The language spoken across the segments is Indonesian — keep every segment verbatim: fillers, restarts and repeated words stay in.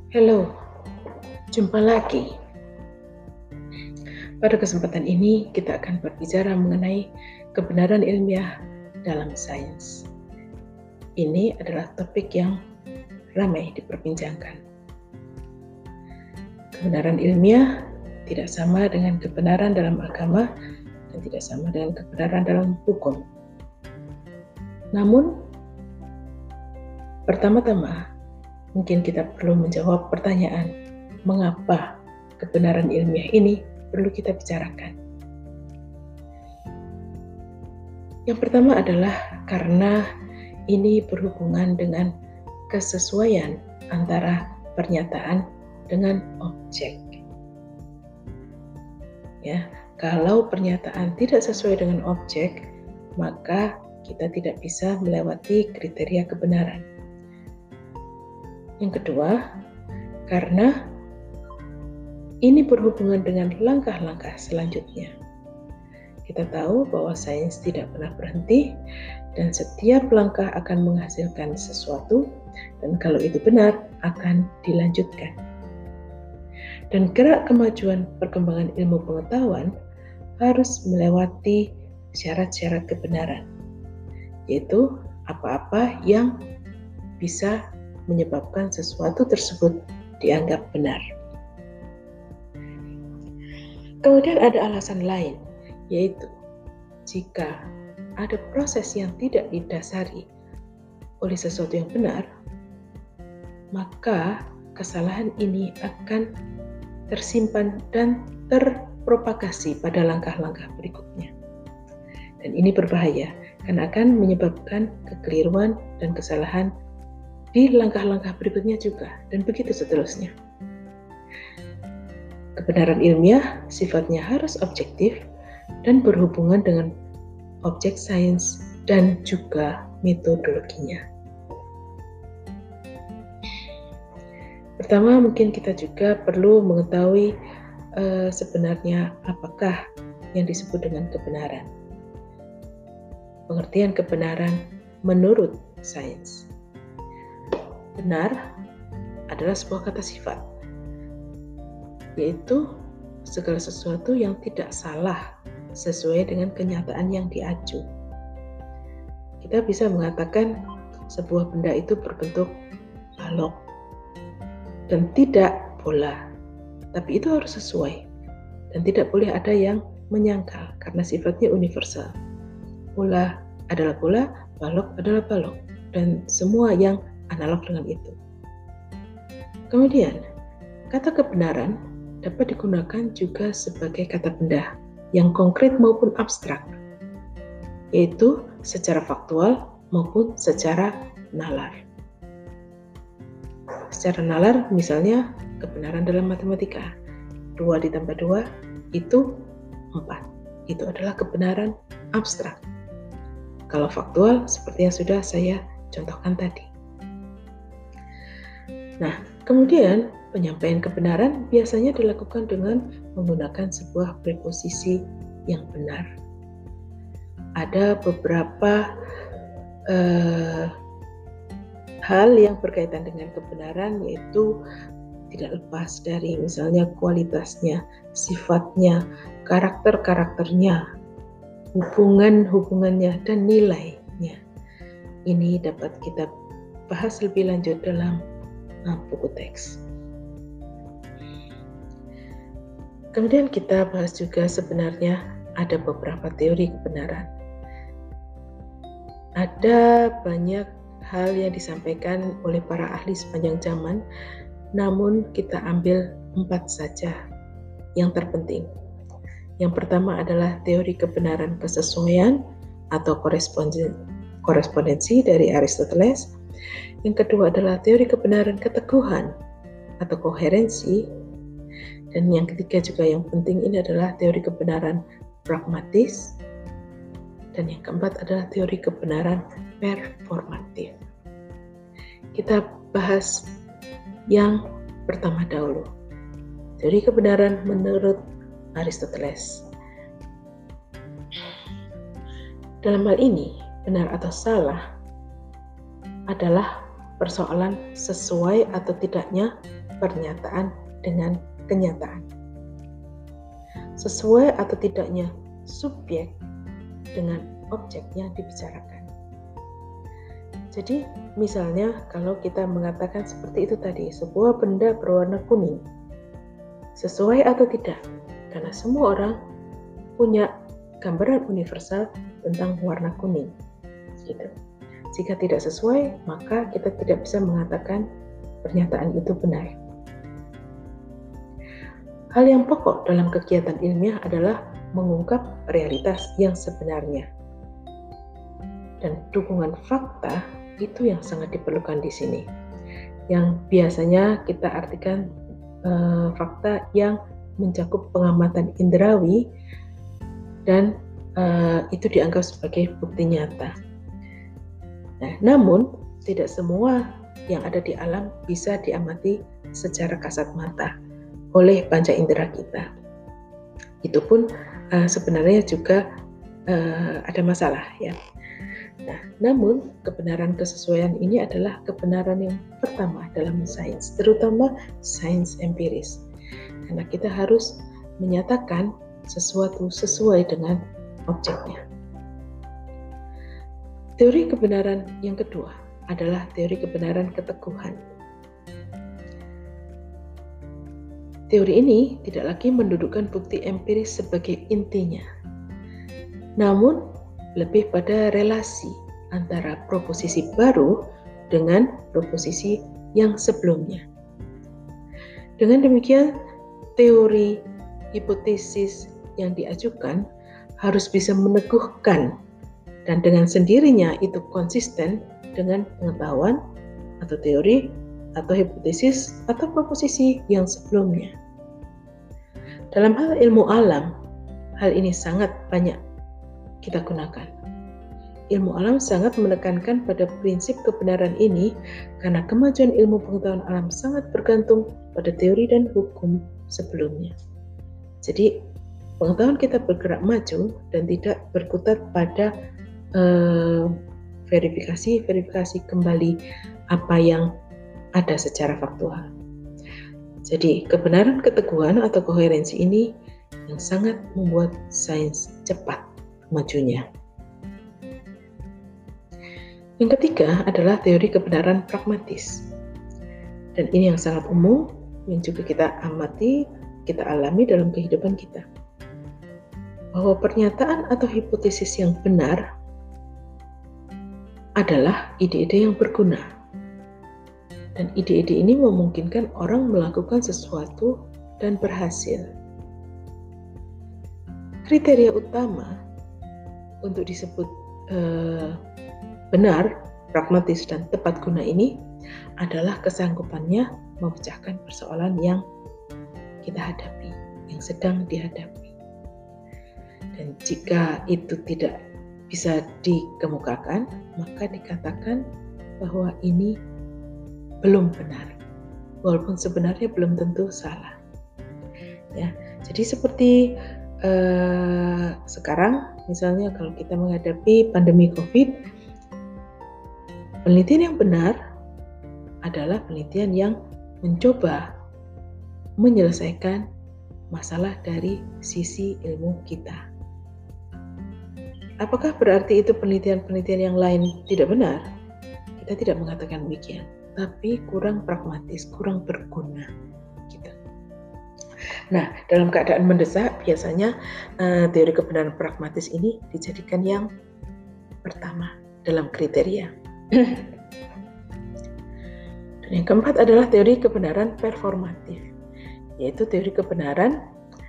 Halo, jumpa lagi. Pada kesempatan ini kita akan berbicara mengenai kebenaran ilmiah dalam sains. Ini adalah topik yang ramai diperbincangkan. Kebenaran ilmiah tidak sama dengan kebenaran dalam agama dan tidak sama dengan kebenaran dalam hukum. Namun, pertama-tama mungkin kita perlu menjawab pertanyaan, mengapa kebenaran ilmiah ini perlu kita bicarakan? Yang pertama adalah karena ini berhubungan dengan kesesuaian antara pernyataan dengan objek. Ya, kalau pernyataan tidak sesuai dengan objek, maka kita tidak bisa melewati kriteria kebenaran. Yang kedua, karena ini berhubungan dengan langkah-langkah selanjutnya. Kita tahu bahwa sains tidak pernah berhenti dan setiap langkah akan menghasilkan sesuatu dan kalau itu benar akan dilanjutkan. Dan gerak kemajuan perkembangan ilmu pengetahuan harus melewati syarat-syarat kebenaran, yaitu apa-apa yang bisa menyebabkan sesuatu tersebut dianggap benar. Kemudian ada alasan lain, yaitu jika ada proses yang tidak didasari oleh sesuatu yang benar, maka kesalahan ini akan tersimpan dan terpropagasi pada langkah-langkah berikutnya. Dan ini berbahaya karena akan menyebabkan kekeliruan dan kesalahan di langkah-langkah berikutnya juga, dan begitu seterusnya. Kebenaran ilmiah sifatnya harus objektif dan berhubungan dengan objek sains dan juga metodologinya. Pertama, mungkin kita juga perlu mengetahui uh, sebenarnya apakah yang disebut dengan kebenaran. Pengertian kebenaran menurut sains. Benar adalah sebuah kata sifat, yaitu segala sesuatu yang tidak salah sesuai dengan kenyataan yang diacu. Kita bisa mengatakan sebuah benda itu berbentuk balok dan tidak bola, tapi itu harus sesuai dan tidak boleh ada yang menyangkal karena sifatnya universal. Bola adalah bola, balok adalah balok, dan semua yang analog dengan itu. Kemudian, kata kebenaran dapat digunakan juga sebagai kata benda yang konkret maupun abstrak, yaitu secara faktual maupun secara nalar. Secara nalar, misalnya kebenaran dalam matematika, dua ditambah dua itu empat. Itu adalah kebenaran abstrak. Kalau faktual, seperti yang sudah saya contohkan tadi. Nah, kemudian penyampaian kebenaran biasanya dilakukan dengan menggunakan sebuah preposisi yang benar. Ada beberapa uh, hal yang berkaitan dengan kebenaran, yaitu tidak lepas dari misalnya kualitasnya, sifatnya, karakter-karakternya, hubungan-hubungannya, dan nilainya. Ini dapat kita bahas lebih lanjut dalam buku teks. Kemudian kita bahas juga sebenarnya ada beberapa teori kebenaran. Ada banyak hal yang disampaikan oleh para ahli sepanjang zaman, namun kita ambil empat saja yang terpenting. Yang pertama adalah teori kebenaran kesesuaian atau korespondensi dari Aristoteles. Yang kedua adalah teori kebenaran keteguhan atau koherensi. Dan yang ketiga juga yang penting ini adalah teori kebenaran pragmatis. Dan yang keempat adalah teori kebenaran performatif. Kita bahas yang pertama dahulu. Teori kebenaran menurut Aristoteles. Dalam hal ini, benar atau salah adalah persoalan sesuai atau tidaknya pernyataan dengan kenyataan. Sesuai atau tidaknya subjek dengan objek yang dibicarakan. Jadi misalnya kalau kita mengatakan seperti itu tadi, sebuah benda berwarna kuning, sesuai atau tidak? Karena semua orang punya gambaran universal tentang warna kuning. Gitu. Jika tidak sesuai, maka kita tidak bisa mengatakan pernyataan itu benar. Hal yang pokok dalam kegiatan ilmiah adalah mengungkap realitas yang sebenarnya. Dan dukungan fakta itu yang sangat diperlukan di sini. Yang biasanya kita artikan uh, fakta yang mencakup pengamatan indrawi dan uh, itu dianggap sebagai bukti nyata. Nah, namun tidak semua yang ada di alam bisa diamati secara kasat mata oleh panca indera kita. Itu pun uh, sebenarnya juga uh, ada masalah ya. Nah, namun kebenaran kesesuaian ini adalah kebenaran yang pertama dalam sains, terutama sains empiris. Karena kita harus menyatakan sesuatu sesuai dengan objeknya. Teori kebenaran yang kedua adalah teori kebenaran keteguhan. Teori ini tidak lagi mendudukkan bukti empiris sebagai intinya, namun lebih pada relasi antara proposisi baru dengan proposisi yang sebelumnya. Dengan demikian, teori hipotesis yang diajukan harus bisa meneguhkan dan dengan sendirinya itu konsisten dengan pengetahuan atau teori atau hipotesis atau proposisi yang sebelumnya. Dalam hal ilmu alam, hal ini sangat banyak kita gunakan. Ilmu alam sangat menekankan pada prinsip kebenaran ini karena kemajuan ilmu pengetahuan alam sangat bergantung pada teori dan hukum sebelumnya. Jadi, pengetahuan kita bergerak maju dan tidak berkutat pada uh, verifikasi-verifikasi kembali apa yang ada secara faktual. Jadi, kebenaran keteguhan atau koherensi ini yang sangat membuat sains cepat majunya. Yang ketiga adalah teori kebenaran pragmatis. Dan ini yang sangat umum, yang juga kita amati, kita alami dalam kehidupan kita. Bahwa pernyataan atau hipotesis yang benar adalah ide-ide yang berguna. Dan ide-ide ini memungkinkan orang melakukan sesuatu dan berhasil. Kriteria utama untuk disebut eh, benar, pragmatis, dan tepat guna ini adalah kesanggupannya memecahkan persoalan yang kita hadapi, yang sedang dihadapi. Dan jika itu tidak bisa dikemukakan, maka dikatakan bahwa ini belum benar, walaupun sebenarnya belum tentu salah. Ya, jadi seperti uh, sekarang, misalnya kalau kita menghadapi pandemi COVID, penelitian yang benar adalah penelitian yang mencoba menyelesaikan masalah dari sisi ilmu kita. Apakah berarti itu penelitian-penelitian yang lain tidak benar? Kita tidak mengatakan demikian, tapi kurang pragmatis, kurang berguna. Gitu. Nah, dalam keadaan mendesak, biasanya uh, teori kebenaran pragmatis ini dijadikan yang pertama dalam kriteria. Dan yang keempat adalah teori kebenaran performatif, yaitu teori kebenaran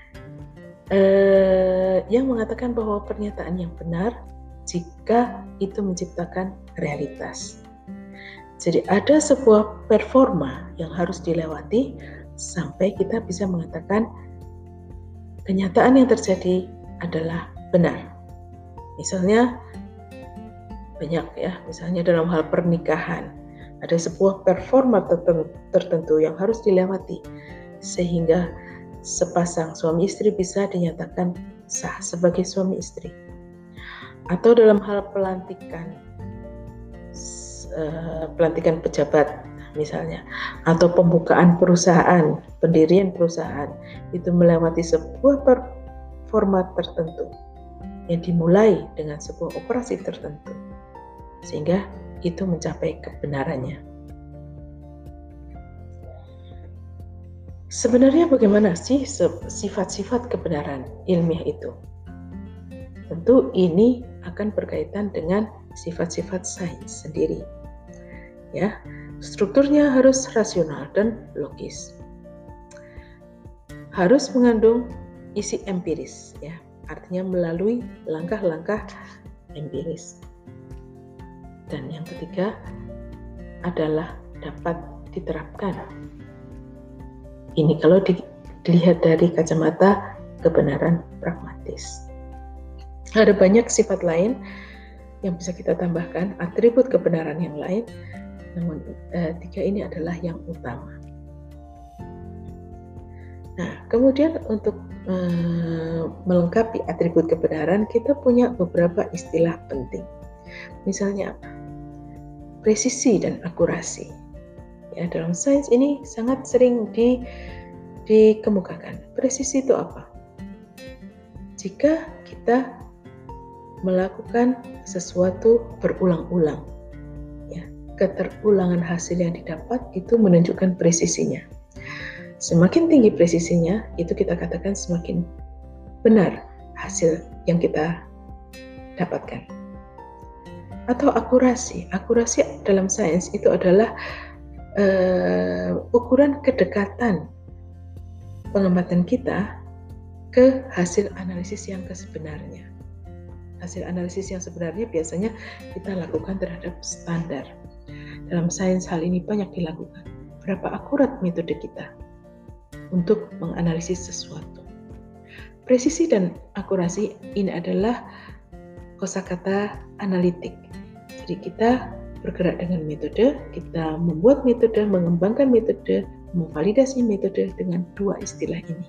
eh, yang mengatakan bahwa pernyataan yang benar jika itu menciptakan realitas. Jadi ada sebuah performa yang harus dilewati sampai kita bisa mengatakan kenyataan yang terjadi adalah benar. Misalnya banyak ya, misalnya dalam hal pernikahan ada sebuah performa tertentu yang harus dilewati sehingga sepasang suami istri bisa dinyatakan sah sebagai suami istri. Atau dalam hal pelantikan pelantikan pejabat, misalnya, atau pembukaan perusahaan, pendirian perusahaan, itu melewati sebuah format tertentu yang dimulai dengan sebuah operasi tertentu, sehingga itu mencapai kebenarannya. Sebenarnya bagaimana sih sifat-sifat kebenaran ilmiah itu? Tentu ini akan berkaitan dengan sifat-sifat sains sendiri. Ya, strukturnya harus rasional dan logis. Harus mengandung isi empiris, ya. Artinya melalui langkah-langkah empiris. Dan yang ketiga adalah dapat diterapkan. Ini kalau dilihat dari kacamata kebenaran pragmatis. Ada banyak sifat lain yang bisa kita tambahkan, atribut kebenaran yang lain, namun eh, tiga ini adalah yang utama. Nah, kemudian untuk eh, melengkapi atribut kebenaran, kita punya beberapa istilah penting. Misalnya apa? Presisi dan akurasi. Ya, dalam sains ini sangat sering di, dikemukakan. Presisi itu apa? Jika kita melakukan sesuatu berulang-ulang, ya, keterulangan hasil yang didapat itu menunjukkan presisinya. Semakin tinggi presisinya, itu kita katakan semakin benar hasil yang kita dapatkan. Atau akurasi. Akurasi dalam sains itu adalah uh, ukuran kedekatan pengamatan kita ke hasil analisis yang sebenarnya. Hasil analisis yang sebenarnya biasanya kita lakukan terhadap standar. Dalam sains hal ini banyak dilakukan. Berapa akurat metode kita untuk menganalisis sesuatu. Presisi dan akurasi ini adalah kosakata analitik. Jadi kita bergerak dengan metode, kita membuat metode, mengembangkan metode, memvalidasi metode dengan dua istilah ini.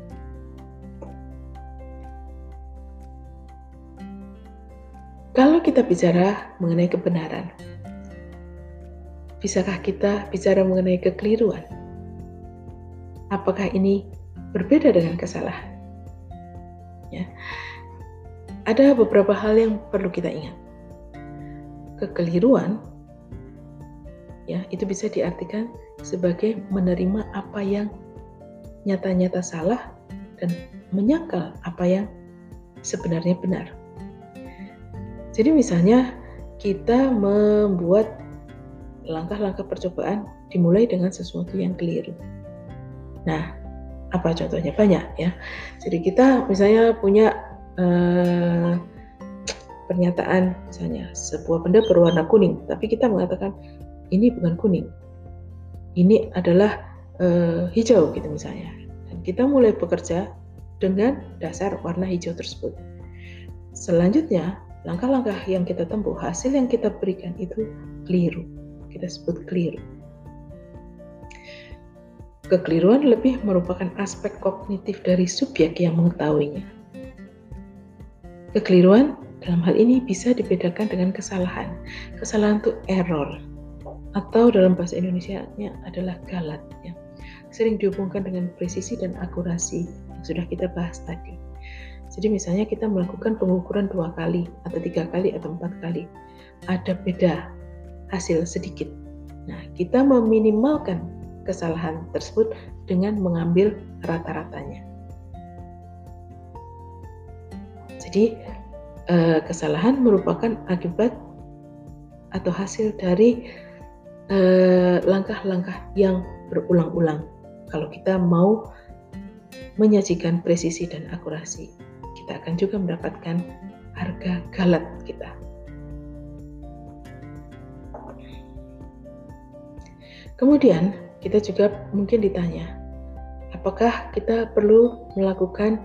Kalau kita bicara mengenai kebenaran, bisakah kita bicara mengenai kekeliruan? Apakah ini berbeda dengan kesalahan? Ya. Ada beberapa hal yang perlu kita ingat. Kekeliruan, ya, itu bisa diartikan sebagai menerima apa yang nyata-nyata salah dan menyangkal apa yang sebenarnya benar. Jadi misalnya kita membuat langkah-langkah percobaan dimulai dengan sesuatu yang keliru. Nah, apa contohnya? Banyak, ya. Jadi kita misalnya punya uh, pernyataan, misalnya sebuah benda berwarna kuning, tapi kita mengatakan ini bukan kuning, ini adalah uh, hijau gitu misalnya. Dan kita mulai bekerja dengan dasar warna hijau tersebut. Selanjutnya, langkah-langkah yang kita tempuh, hasil yang kita berikan itu keliru. Kita sebut keliru. Kekeliruan lebih merupakan aspek kognitif dari subjek yang mengetahuinya. Kekeliruan dalam hal ini bisa dibedakan dengan kesalahan. Kesalahan itu error, atau dalam bahasa Indonesianya adalah galat, ya. Sering dihubungkan dengan presisi dan akurasi yang sudah kita bahas tadi. Jadi misalnya kita melakukan pengukuran dua kali, atau tiga kali, atau empat kali. Ada beda hasil sedikit. Nah, kita meminimalkan kesalahan tersebut dengan mengambil rata-ratanya. Jadi, eh, kesalahan merupakan akibat atau hasil dari eh, langkah-langkah yang berulang-ulang. Kalau kita mau menyajikan presisi dan akurasi, kita akan juga mendapatkan harga galat kita. Kemudian kita juga mungkin ditanya, apakah kita perlu melakukan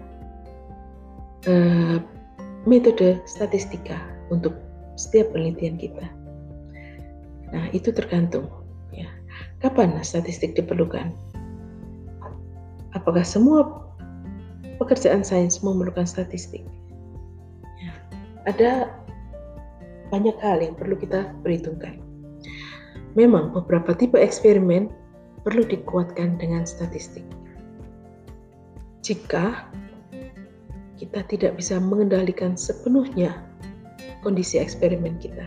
uh, metode statistika untuk setiap penelitian kita? Nah, itu tergantung, ya. Kapan statistik diperlukan? Apakah semua pekerjaan sains memerlukan statistik? Ada banyak hal yang perlu kita perhitungkan. memang beberapa tipe eksperimen perlu dikuatkan dengan statistik. Jika kita tidak bisa mengendalikan sepenuhnya kondisi eksperimen kita.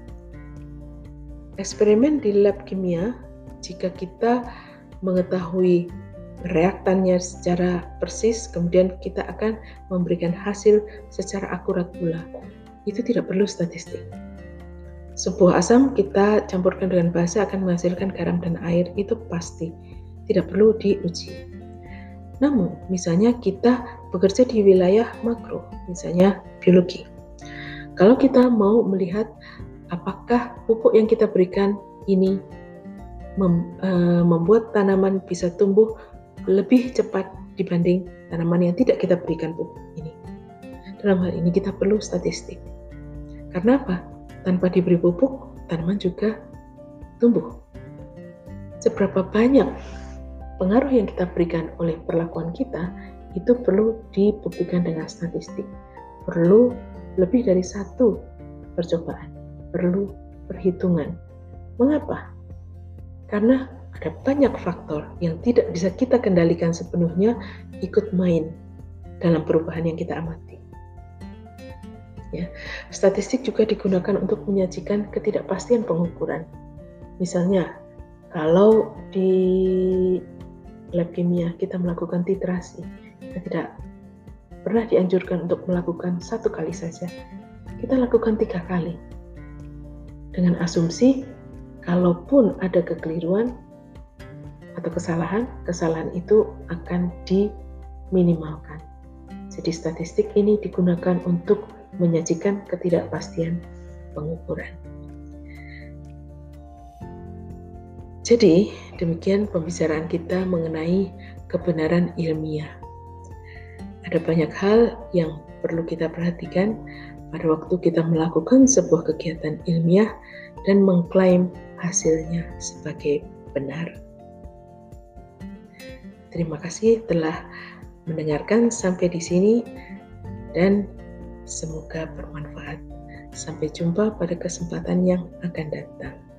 Eksperimen di lab kimia, jika kita mengetahui reaktannya secara persis, kemudian kita akan memberikan hasil secara akurat pula. Itu tidak perlu statistik. Sebuah asam kita campurkan dengan basa akan menghasilkan garam dan air, itu pasti. Tidak perlu diuji. Namun, misalnya kita bekerja di wilayah makro, misalnya biologi. Kalau kita mau melihat apakah pupuk yang kita berikan ini mem, e, membuat tanaman bisa tumbuh lebih cepat dibanding tanaman yang tidak kita berikan pupuk ini. Dalam hal ini kita perlu statistik. Karena apa? Tanpa diberi pupuk, tanaman juga tumbuh. Seberapa banyak pengaruh yang kita berikan oleh perlakuan kita, itu perlu dibuktikan dengan statistik. Perlu lebih dari satu percobaan, perlu perhitungan. Mengapa? Karena ada banyak faktor yang tidak bisa kita kendalikan sepenuhnya ikut main dalam perubahan yang kita amati. Ya, statistik juga digunakan untuk menyajikan ketidakpastian pengukuran. Misalnya, kalau di lab kimia kita melakukan titrasi, kita tidak pernah dianjurkan untuk melakukan satu kali saja. Kita lakukan tiga kali. Dengan asumsi, kalaupun ada kekeliruan atau kesalahan, kesalahan itu akan diminimalkan. Jadi statistik ini digunakan untuk menyajikan ketidakpastian pengukuran. Jadi, demikian pembicaraan kita mengenai kebenaran ilmiah. Ada banyak hal yang perlu kita perhatikan pada waktu kita melakukan sebuah kegiatan ilmiah dan mengklaim hasilnya sebagai benar. Terima kasih telah mendengarkan sampai di sini dan semoga bermanfaat. Sampai jumpa pada kesempatan yang akan datang.